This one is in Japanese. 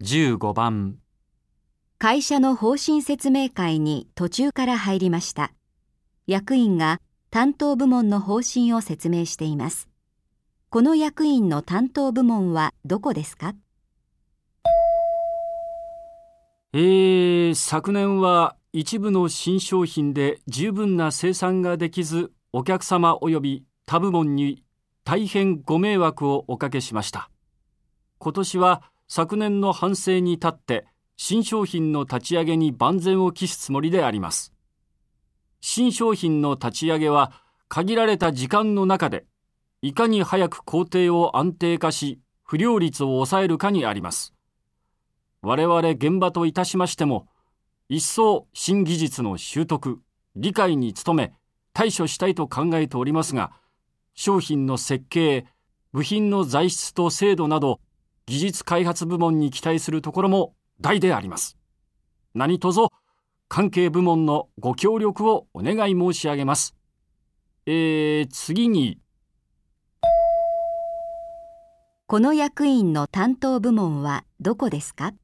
15番。 会社の方針説明会に途中から入りました。役員が担当部門の方針を説明しています。この役員の担当部門はどこですか？ 昨年は一部の新商品で十分な生産ができず、お客様及び他部門に大変ご迷惑をおかけしました。今年は昨年の反省に立って新商品の立ち上げに万全を期すつもりであります。新商品の立ち上げは限られた時間の中でいかに早く工程を安定化し不良率を抑えるかにあります。我々現場といたしましても一層新技術の習得、理解に努め対処したいと考えておりますが、商品の設計、部品の材質と精度など技術開発部門に期待するところも大であります。何卒関係部門のご協力をお願い申し上げます。次に、 この役員の担当部門はどこですか？